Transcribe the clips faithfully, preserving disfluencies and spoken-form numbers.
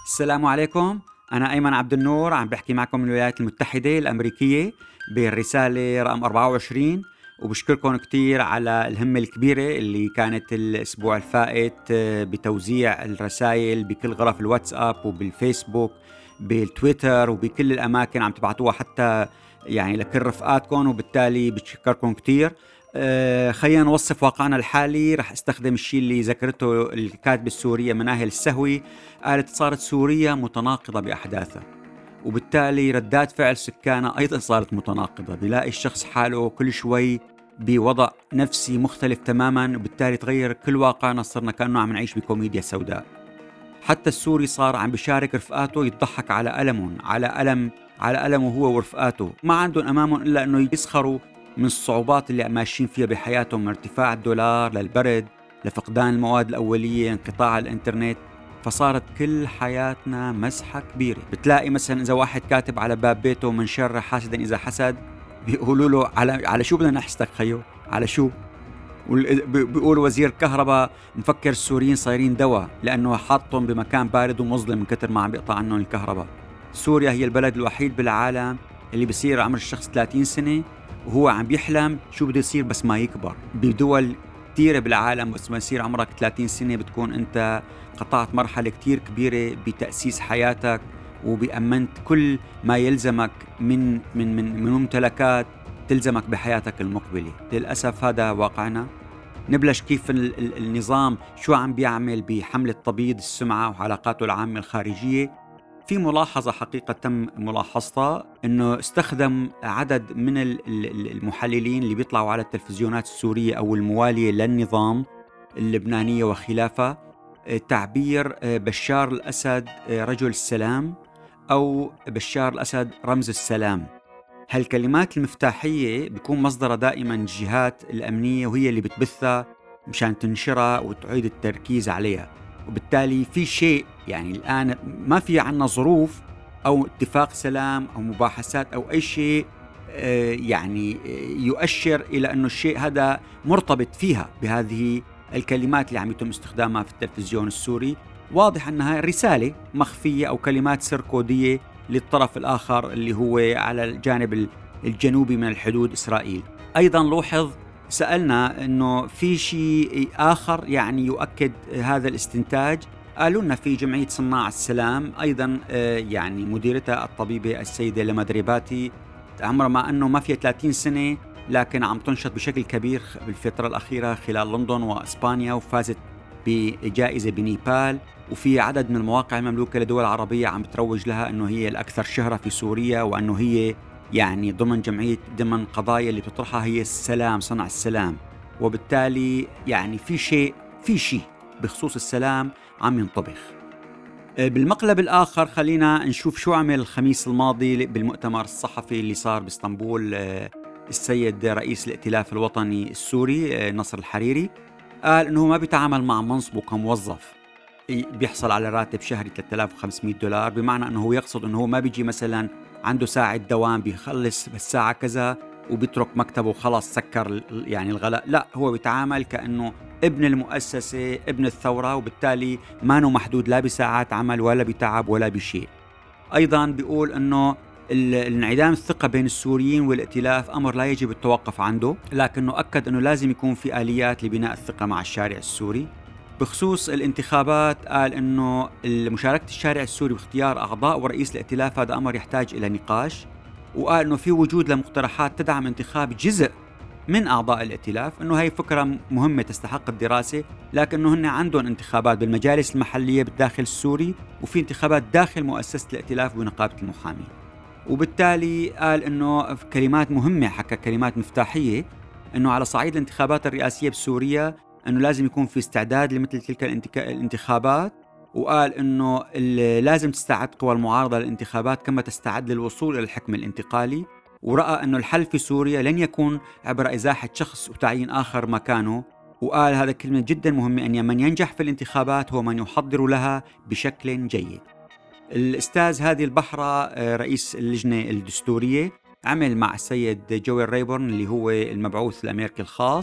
السلام عليكم. أنا أيمن عبد النور عم بحكي معكم من الولايات المتحدة الأمريكية بالرسالة رقم أربعة وعشرين، وبشكركم كتير على الهمة الكبيرة اللي كانت الأسبوع الفائت آه، بتوزيع الرسائل بكل غرف الواتساب وبالفيسبوك بالتويتر وبكل الأماكن عم تبعتوها حتى يعني لكل رفقاتكم، وبالتالي بشكركم كتير. آه، خلينا نوصف واقعنا الحالي. رح استخدم الشيء اللي ذكرته الكاتبة السورية مناهل السهوي. قالت صارت سوريا متناقضة بأحداثها، وبالتالي ردات فعل سكانها أيضا صارت متناقضة. بيلاقي الشخص حاله كل شوي بوضع نفسي مختلف تماما، وبالتالي تغير كل واقعنا، صرنا كأنه عم نعيش بكوميديا سوداء. حتى السوري صار عم بيشارك رفقاته يضحك على ألمهم، على ألم على ألمه هو ورفقاته. ما عندهم أمامهم إلا أنه يسخروا من الصعوبات اللي ماشيين فيها بحياتهم، من ارتفاع الدولار للبرد لفقدان المواد الأولية، انقطاع الإنترنت. فصارت كل حياتنا مسحة كبيرة. بتلاقي مثلا إذا واحد كاتب على باب بيته من شر حاسدا إذا حسد، بيقولوا له على على شو بدنا نحسدك خيو؟ على شو؟ بيقول وزير كهرباء مفكر السوريين صايرين دواء لأنه حاطهم بمكان بارد ومظلم من كتر ما عم بيقطع عنهم الكهرباء. سوريا هي البلد الوحيد بالعالم اللي بيصير عمر الشخص ثلاثين سنة وهو عم بيحلم شو بده يصير بس ما يكبر. بدول كتيرة بالعالم بس ما يصير عمرك ثلاثين سنة بتكون أنت قطعت مرحلة كتير كبيرة بتأسيس حياتك، وبأمنت كل ما يلزمك من من من من ممتلكات تلزمك بحياتك المقبلة. للأسف هذا واقعنا. نبلش كيف ال- ال- النظام شو عم بيعمل بحملة تبييض السمعة وعلاقاته العامة الخارجية. في ملاحظة حقيقة تم ملاحظتها، أنه استخدم عدد من ال- ال- المحللين اللي بيطلعوا على التلفزيونات السورية أو الموالية للنظام اللبنانية وخلافة تعبير بشار الأسد رجل السلام أو بشار الأسد رمز السلام. هالكلمات المفتاحية بيكون مصدرها دائما الجهات الأمنية، وهي اللي بتبثها مشان تنشرها وتعيد التركيز عليها. وبالتالي في شيء يعني الآن ما في عنا ظروف أو اتفاق سلام أو مباحثات أو أي شيء آه، يعني آه، يؤشر إلى أنه الشيء هذا مرتبط فيها بهذه الكلمات اللي عم يتم استخدامها في التلفزيون السوري. واضح أنها رسالة مخفية أو كلمات سر كودية للطرف الآخر اللي هو على الجانب الجنوبي من الحدود إسرائيل. أيضا لوحظ سألنا أنه في شيء آخر يعني يؤكد هذا الاستنتاج. قالوا لنا في جمعية صناع السلام أيضا آه، يعني مديرتها الطبيبة السيدة لمدرباتي، عمرها ما أنه ما فيها ثلاثين سنة لكن عم تنشط بشكل كبير بالفترة الأخيرة خلال لندن وإسبانيا، وفازت بجائزة بنيبال. وفي عدد من المواقع المملوكة لدول عربية عم بتروج لها أنه هي الأكثر شهرة في سوريا، وأنه هي يعني ضمن جمعية ضمن قضايا اللي بتطرحها هي السلام، صنع السلام. وبالتالي يعني في شيء في شيء بخصوص السلام عم ينطبخ. بالمقلب الآخر خلينا نشوف شو عمل الخميس الماضي بالمؤتمر الصحفي اللي صار باسطنبول. السيد رئيس الائتلاف الوطني السوري نصر الحريري قال أنه ما بيتعامل مع منصبه كموظف بيحصل على راتب شهري ثلاثة آلاف وخمسمئة دولار، بمعنى أنه هو يقصد أنه هو ما بيجي مثلا عنده ساعة دوام بيخلص بالساعة كذا وبيترك مكتبه وخلاص سكر يعني الغلاء. لا، هو بيتعامل كأنه ابن المؤسسة، ابن الثورة، وبالتالي ما نو محدود لا بساعات عمل ولا بتعب ولا بشيء. أيضا بيقول أنه انعدام الثقة بين السوريين والائتلاف أمر لا يجب التوقف عنده، لكنه أكد أنه لازم يكون في آليات لبناء الثقة مع الشارع السوري. بخصوص الانتخابات قال أنه مشاركة الشارع السوري باختيار أعضاء ورئيس الائتلاف هذا أمر يحتاج إلى نقاش، وقال أنه في وجود لمقترحات تدعم انتخاب جزء من أعضاء الائتلاف، أنه هي فكرة مهمة تستحق الدراسة، لكنه هن عندهم انتخابات بالمجالس المحلية بالداخل السوري، وفي انتخابات داخل مؤسسة الائتلاف ونقابة المحامين. وبالتالي قال أنه كلمات مهمة، حكى كلمات مفتاحية، أنه على صعيد الانتخابات الرئاسية بسوريا أنه لازم يكون في استعداد لمثل تلك الانتخابات. وقال أنه لازم تستعد قوى المعارضة للانتخابات كما تستعد للوصول إلى الحكم الانتقالي. ورأى أنه الحل في سوريا لن يكون عبر إزاحة شخص وتعيين آخر مكانه. وقال هذا كلمة جدا مهمة، أن من ينجح في الانتخابات هو من يحضر لها بشكل جيد. الأستاذ هادي البحرة رئيس اللجنة الدستورية عمل مع السيد جويل ريبورن اللي هو المبعوث الأمريكي الخاص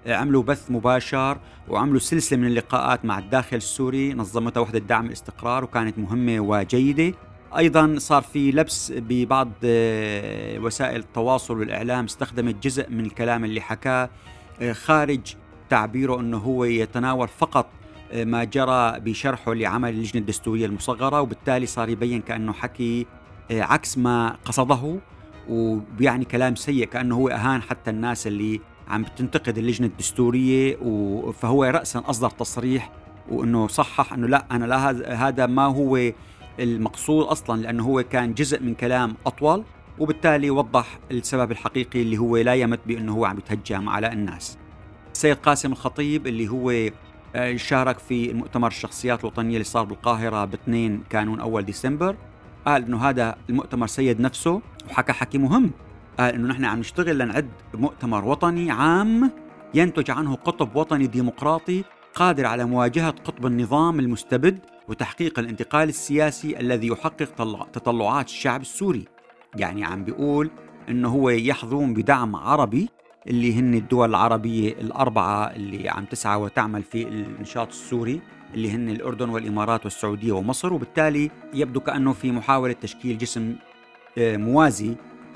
عملوا بث مباشر وعملوا سلسلة من اللقاءات مع الداخل السوري نظمتها وحدة دعم الاستقرار وكانت مهمة وجيدة. أيضا صار في لبس ببعض وسائل التواصل والإعلام استخدمت جزء من الكلام اللي حكاه خارج تعبيره أنه هو يتناول فقط ما جرى بشرحه لعمل اللجنة الدستورية المصغرة، وبالتالي صار يبين كأنه حكي عكس ما قصده وبيعني كلام سيء، كأنه هو أهان حتى الناس اللي عم بتنتقد اللجنة الدستورية. فهو رأسا أصدر تصريح وأنه صحح أنه لا، أنا لا، هذا ما هو المقصود أصلا، لأنه هو كان جزء من كلام أطول، وبالتالي وضح السبب الحقيقي اللي هو لا يمت بأنه هو عم يتهجم على الناس. السيد قاسم الخطيب اللي هو شارك في المؤتمر الشخصيات الوطنية اللي صار بالقاهرة باثنين كانون أول ديسمبر، قال إنه هذا المؤتمر سيد نفسه وحكى حكي مهم. قال إنه نحن عم نشتغل لنعد مؤتمر وطني عام ينتج عنه قطب وطني ديمقراطي قادر على مواجهة قطب النظام المستبد وتحقيق الانتقال السياسي الذي يحقق تطلعات الشعب السوري. يعني عم بيقول إنه هو يحظون بدعم عربي اللي هن الدول العربية الأربعة اللي عم تسعى وتعمل في النشاط السوري، اللي هن الأردن والإمارات والسعودية ومصر، وبالتالي يبدو كأنه في محاولة تشكيل جسم موازي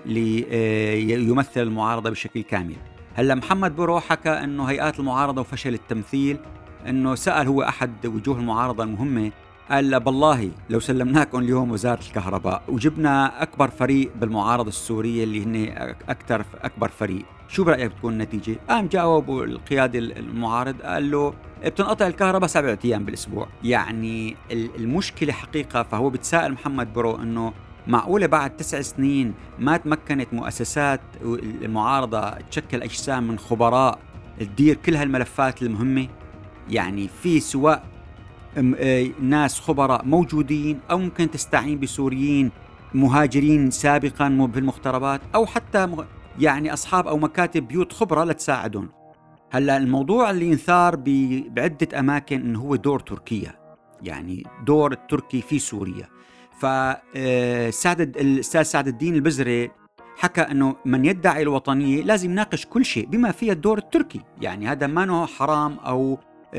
ليمثل المعارضة بشكل كامل. هلا محمد برو حكى أنه هيئات المعارضة وفشل التمثيل، أنه سأل هو أحد وجوه المعارضة المهمة، قال بالله لو سلمناكم اليوم وزارة الكهرباء وجبنا أكبر فريق بالمعارضة السورية اللي هن أكثر أكبر فريق، شو برأيك بتكون النتيجة؟ قام جاوب القيادي المعارض قال له بتنقطع الكهرباء سبعة أيام بالأسبوع. يعني المشكلة حقيقة، فهو بتساءل محمد برو أنه معقولة بعد تسع سنين ما تمكنت مؤسسات المعارضة تشكل أجسام من خبراء تدير كل هالملفات المهمة؟ يعني في سواء ناس خبراء موجودين أو ممكن تستعين بسوريين مهاجرين سابقا في المغتربات، أو حتى يعني أصحاب أو مكاتب بيوت خبرة لتساعدهم. هلأ الموضوع اللي ينثار بعدة أماكن إنه هو دور تركيا، يعني دور التركي في سوريا. فسعد الأستاذ سعد الدين البزري حكى أنه من يدعي الوطنية لازم يناقش كل شيء بما فيه الدور التركي، يعني هذا ما هو حرام أو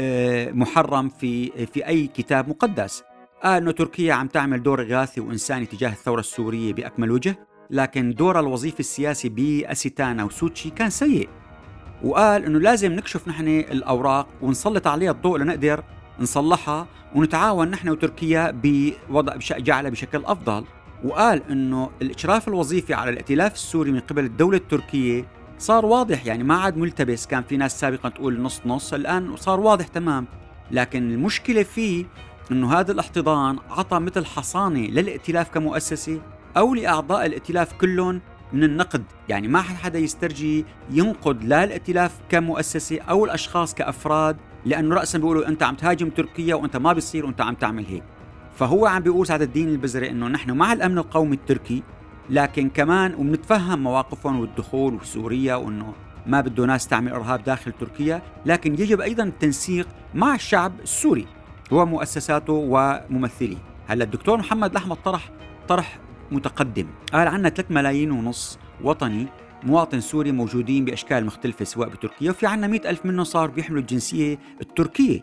محرم في في أي كتاب مقدس. قال أنه تركيا عم تعمل دور إغاثي وإنساني تجاه الثورة السورية بأكمل وجه، لكن دور الوظيفي السياسي بأستانا وسوتشي كان سيء. وقال أنه لازم نكشف نحن الأوراق ونسلط عليها الضوء لنقدر نصلحها ونتعاون نحن وتركيا بوضع جعلها بشكل أفضل. وقال أنه الإشراف الوظيفي على الائتلاف السوري من قبل الدولة التركية صار واضح، يعني ما عاد ملتبس. كان في ناس سابقا تقول نص نص، الآن صار واضح تمام. لكن المشكلة فيه أنه هذا الاحتضان عطى مثل حصانة للائتلاف كمؤسسة أو لأعضاء الائتلاف كلهم من النقد. يعني ما حدا يسترجي ينقد لا الائتلاف كمؤسسة أو الأشخاص كأفراد، لأنه رأسا بيقولوا أنت عم تهاجم تركيا وأنت ما بيصير وأنت عم تعمل هيك. فهو عم بيقول سعد الدين البزري أنه نحن مع الأمن القومي التركي، لكن كمان وبنتفهم مواقفهم والدخول في سوريا وأنه ما بده ناس تعمل إرهاب داخل تركيا، لكن يجب أيضا التنسيق مع الشعب السوري ومؤسساته وممثليه. هلا الدكتور محمد الأحمد طرح طرح متقدم، قال عنا ثلاثة ملايين ونص وطني مواطن سوري موجودين بأشكال مختلفة سواء بتركيا، وفي عنا مئة ألف منهم صار بيحملوا الجنسية التركية.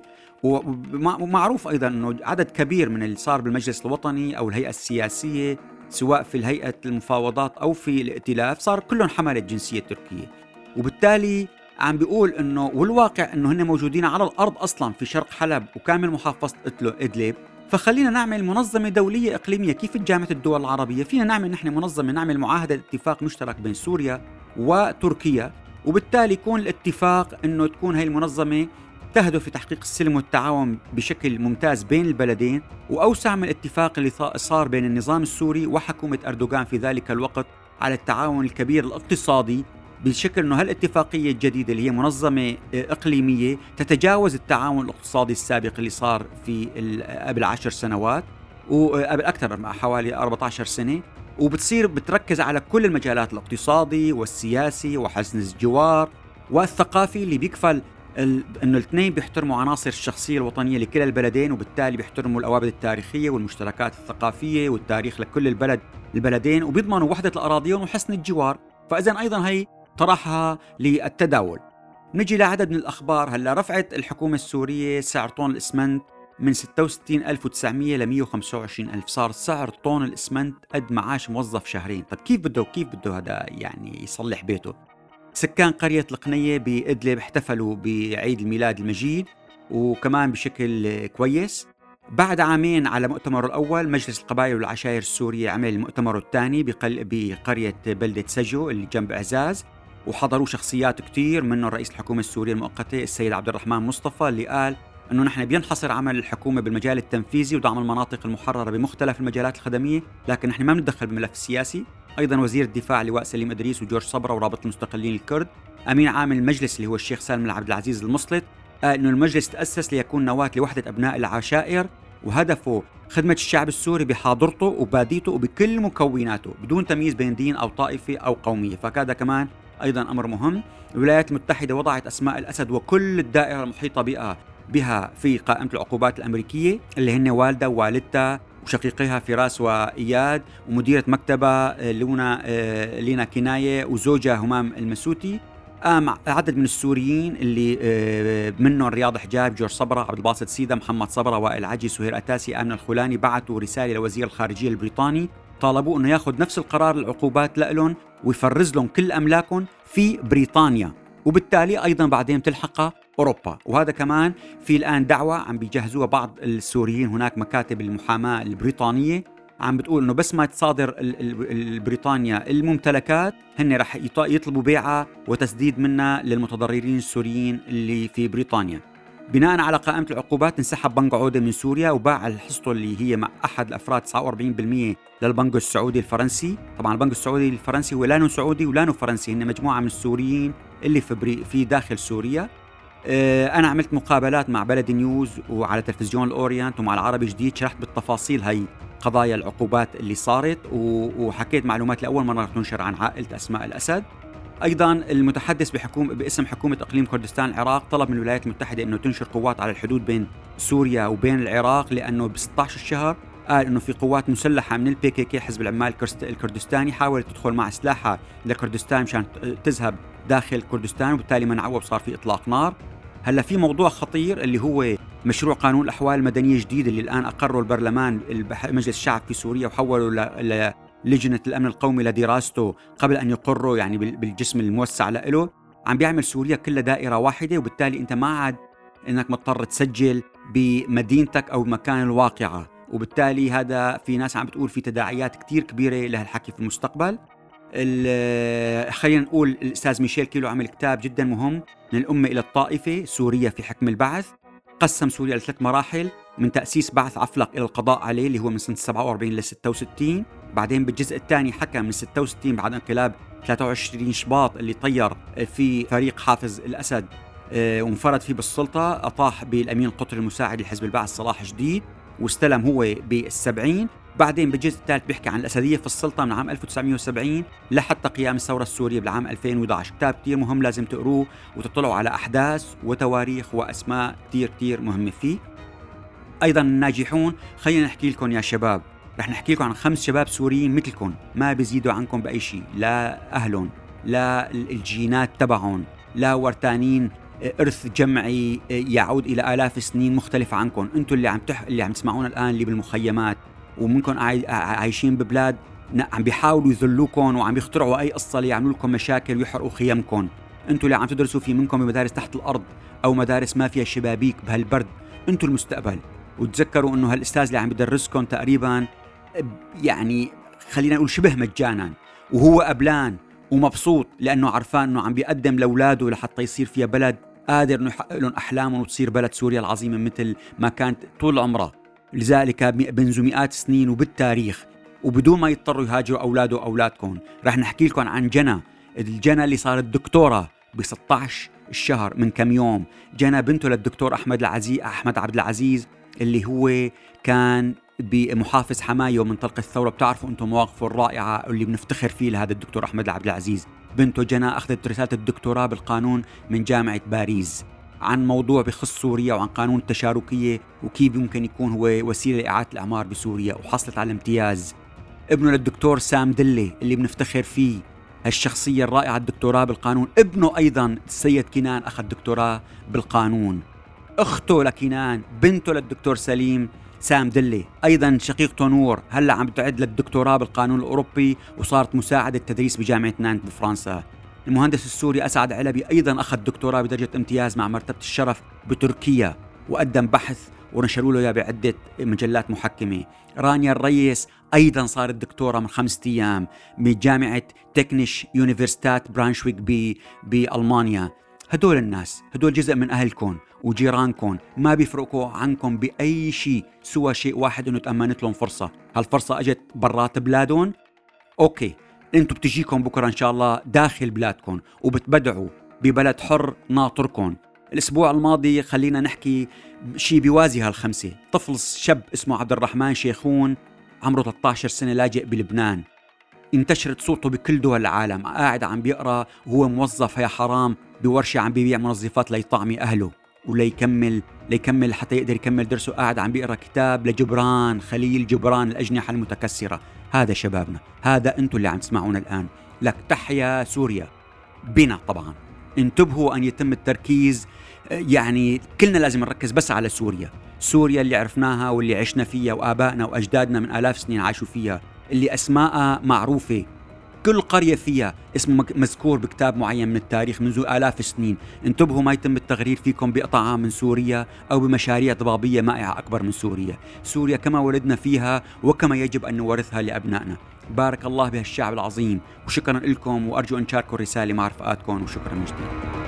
ومعروف أيضا أنه عدد كبير من اللي صار بالمجلس الوطني أو الهيئة السياسية سواء في الهيئة المفاوضات أو في الائتلاف صار كلهم حملة الجنسية التركية. وبالتالي عم بيقول أنه والواقع أنه هن موجودين على الأرض أصلا في شرق حلب وكامل محافظة إدلب. فخلينا نعمل منظمة دولية إقليمية كيف جامعة الدول العربية، فينا نعمل نحن منظمة، نعمل معاهدة اتفاق مشترك بين سوريا وتركيا، وبالتالي يكون الاتفاق أنه تكون هاي المنظمة تهدف في تحقيق السلم والتعاون بشكل ممتاز بين البلدين، وأوسع من الاتفاق اللي صار بين النظام السوري وحكومة أردوغان في ذلك الوقت على التعاون الكبير الاقتصادي، بشكل أنه هالاتفاقية الجديدة اللي هي منظمة إقليمية تتجاوز التعاون الاقتصادي السابق اللي صار في قبل عشر سنوات وقبل أكثر حوالي أربعة عشر سنة، وبتصير بتركز على كل المجالات الاقتصادي والسياسي وحسن الجوار والثقافي، اللي بيكفل أنه الاثنين بيحترموا عناصر الشخصية الوطنية لكلا البلدين، وبالتالي بيحترموا الأوابد التاريخية والمشتركات الثقافية والتاريخ لكل البلد البلدين، وبيضمنوا وحدة الأراضي وحسن الجوار. فإذن أيضا هي طرحها للتداول. نجي لعدد من الأخبار. هلا رفعت الحكومة السورية سعر طن الإسمنت من ستة وستين ألف وتسعمية ل مية وخمسة وعشرين ألف. صار سعر طن الإسمنت قد معاش موظف شهرين. طب كيف بده كيف بده هذا يعني يصلح بيته؟ سكان قرية القنية بإدلب احتفلوا بعيد الميلاد المجيد وكمان بشكل كويس. بعد عامين على مؤتمر الأول، مجلس القبائل والعشائر السورية عمل المؤتمر الثاني بقل... بقرية بلدة سجو اللي جنب عزاز، وحضروا شخصيات كتير منهم رئيس الحكومة السورية المؤقتة السيد عبد الرحمن مصطفى، اللي قال أنه نحن بينحصر عمل الحكومة بالمجال التنفيذي ودعم المناطق المحررة بمختلف المجالات الخدمية، لكن نحن ما بندخل بالملف السياسي. أيضا وزير الدفاع لواء سليم إدريس وجورج صبرا ورابط المستقلين الكرد، أمين عام المجلس اللي هو الشيخ سالم عبد العزيز المصلت، قال أنه المجلس تأسس ليكون نواة لوحدة أبناء العشائر، وهدفه خدمة الشعب السوري بحاضرته وباديته وبكل مكوناته بدون تمييز بين دين أو طائفة أو قومية. فهذا كمان أيضا أمر مهم. الولايات المتحدة وضعت أسماء الأسد وكل الدائرة المحيطة بها بها في قائمة العقوبات الأمريكية، اللي هن والدها ووالدتها وشقيقها فراس وإياد ومديرة مكتبها لونا لينا كناية وزوجها همام المسوتي. قام عدد من السوريين اللي منهم رياض حجاب، جورج صبرا، عبد الباسط سيدة، محمد صبرا، وائل عجي، سهير أتاسي، آمن الخولاني، بعثوا رسالة لوزير الخارجية البريطاني طالبوا أنه ياخذ نفس القرار العقوبات لهم ويفرز لهم كل أملاكهم في بريطانيا، وبالتالي أيضا بعدين تلحق أوروبا. وهذا كمان في الآن دعوة عم بيجهزوها بعض السوريين، هناك مكاتب المحاماة البريطانية عم بتقول إنه بس ما تصادر البريطانيا الممتلكات هن رح يطلبوا بيعها وتسديد منها للمتضررين السوريين اللي في بريطانيا. بناء على قائمة العقوبات انسحب بنك عودة من سوريا وباع حصته اللي هي مع أحد الأفراد تسعة وأربعين بالمئة للبنك السعودي الفرنسي. طبعا البنك السعودي الفرنسي هو لانه سعودي ولانه فرنسي، هن مجموعة من السوريين اللي في, بري في داخل سوريا. أنا عملت مقابلات مع بلد نيوز وعلى تلفزيون الأورينت ومع العربي جديد، شرحت بالتفاصيل هاي قضايا العقوبات اللي صارت وحكيت معلومات لأول مرة تنشر عن عائلة أسماء الأسد. أيضا المتحدث بحكومة باسم حكومة إقليم كردستان العراق طلب من الولايات المتحدة أنه تنشر قوات على الحدود بين سوريا وبين العراق، لأنه ب ستة عشر الشهر قال أنه في قوات مسلحة من البي كي كي حزب العمال الكردستاني حاولت تدخل مع سلاحها لكردستان مشان تذهب داخل كردستان، وبالتالي منعوها وصار في إطلاق نار. هلا في موضوع خطير اللي هو مشروع قانون الأحوال المدنية الجديد اللي الآن أقره البرلمان مجلس الشعب في سوريا وحولوا لجنة الأمن القومي لدراسته قبل أن يقروا يعني بالجسم الموسع له. عم بيعمل سوريا كلها دائرة واحدة، وبالتالي أنت ما عاد أنك مضطر تسجل بمدينتك أو مكان الواقعة، وبالتالي هذا في ناس عم بتقول في تداعيات كتير كبيرة لهالحكي في المستقبل. خلينا نقول الأستاذ ميشيل كيلو عمل كتاب جدا مهم، من الأمة إلى الطائفة، سوريا في حكم البعث. قسم سوريا لثلاث مراحل، من تأسيس بعث عفلق إلى القضاء عليه اللي هو من سنة سبعة وأربعين ل ستة وستين. بعدين بالجزء الثاني حكى من ستة وستين بعد انقلاب ثلاثة وعشرين شباط اللي طير في فريق حافظ الأسد وانفرد فيه بالسلطة، أطاح بالأمين القطري المساعد لحزب البعث صلاح جديد واستلم هو بالسبعين. بعدين بالجزء الثالث بيحكي عن الأسدية في السلطة من عام ألف وتسعمية وسبعين لحتى قيام الثورة السورية بالعام ألفين وإحدى عشر. كتاب كتير مهم، لازم تقروه وتطلعوا على أحداث وتواريخ وأسماء كتير كتير مهمة فيه. أيضا الناجحون، خلينا نحكي لكم يا شباب، رح نحكي لكم عن خمس شباب سوريين مثلكم ما بيزيدوا عنكم بأي شيء، لا أهلهم لا الجينات تبعهم لا ورثانين إرث جمعي يعود إلى آلاف سنين مختلفة عنكم. أنتم اللي عم تح... اللي عم تسمعونا الآن اللي بالمخيمات ومنكم عاي... عايشين ببلاد عم بيحاولوا يذلوكم وعم يخترعوا أي قصة ليعملوا لكم مشاكل ويحرقوا خيامكم. أنتم اللي عم تدرسوا في منكم بمدارس تحت الأرض أو مدارس ما فيها شبابيك بهالبرد، أنتم المستقبل. وتذكروا أنه هالأستاذ اللي عم يدرسكم تقريبا يعني خلينا نقول شبه مجانا، وهو قبلان ومبسوط لأنه عرفان أنه عم بيقدم لأولاده لحتى يصير فيها بلد قادر أنه يحقق لهم أحلامهم وتصير بلد سوريا العظيمة مثل ما كانت طول عمرها. لذلك منذ مئات السنين وبالتاريخ وبدون ما يضطروا يهاجروا أولاده وأولادكم. رح نحكي لكم عن جنى، الجنى اللي صارت دكتورة ب ستة عشر الشهر من كم يوم. جنى بنته للدكتور أحمد العزيز أحمد عبد العزيز اللي هو كان بمحافظ حماية ومنطقة الثورة. بتعرفوا أنتم مواقفه الرائعة اللي بنفتخر فيه لهذا الدكتور أحمد عبد العزيز. بنته جنى أخذت رسالة الدكتوراه بالقانون من جامعة باريس عن موضوع بخص سوريا وعن قانون التشاركية وكيف يمكن يكون هو وسيلة لإعادة الأعمار بسوريا، وحصلت على امتياز. ابنه للدكتور سام دلي اللي بنفتخر فيه هالشخصية الرائعة الدكتوراه بالقانون. ابنه أيضا السيد كنان أخذ دكتوراه بالقانون. أخته لكنان بنته للدكتور سليم سام دلي أيضا شقيقته نور هلأ عم بتعد للدكتوراه بالقانون الأوروبي وصارت مساعدة تدريس بجامعة نانت بفرنسا. المهندس السوري أسعد علبي أيضا أخذ دكتوراه بدرجة امتياز مع مرتبة الشرف بتركيا وقدم بحث ونشروا له بعدة مجلات محكمة. رانيا الريس أيضا صارت دكتورة من خمسة أيام بجامعة تكنيش يونيفرسيتات برانشويك بي بألمانيا. هدول الناس هدول جزء من أهلكم وجيرانكم، ما بيفرقوا عنكم بأي شيء سوى شيء واحد، إنه تأمنت لهم فرصة. هالفرصة أجت برات بلادهم، أوكي أنتوا بتجيكم بكرة إن شاء الله داخل بلادكم وبتبدعوا ببلد حر ناطركم. الأسبوع الماضي خلينا نحكي شيء بيوازي هالخمسة. طفل شاب اسمه عبد الرحمن شيخون عمره ثلاثة عشر سنة لاجئ بلبنان، انتشرت صورته بكل دول العالم، قاعد عم بيقرأ وهو موظف يا حرام بورشة عم بيبيع منظفات ليطعمي أهله وليكمل ليكمل حتى يقدر يكمل درسه. قاعد عم بيقرأ كتاب لجبران خليل جبران الأجنحة المتكسرة. هذا شبابنا، هذا أنتوا اللي عم تسمعونا الآن. لك تحيا سوريا بنا. طبعا انتبهوا أن يتم التركيز، يعني كلنا لازم نركز بس على سوريا. سوريا اللي عرفناها واللي عشنا فيها وآبائنا وأجدادنا من آلاف سنين عاشوا فيها، اللي أسماءها معروفة، كل قرية فيها اسم مذكور بكتاب معين من التاريخ منذ آلاف السنين. انتبهوا ما يتم التغرير فيكم بقطعة من سوريا أو بمشاريع ضبابية مائعة أكبر من سوريا. سوريا كما ولدنا فيها وكما يجب أن نورثها لأبنائنا. بارك الله بهالشعب العظيم، وشكرا لكم، وأرجو أن تشاركوا الرسالة مع رفقاتكم، وشكرا جزيلا.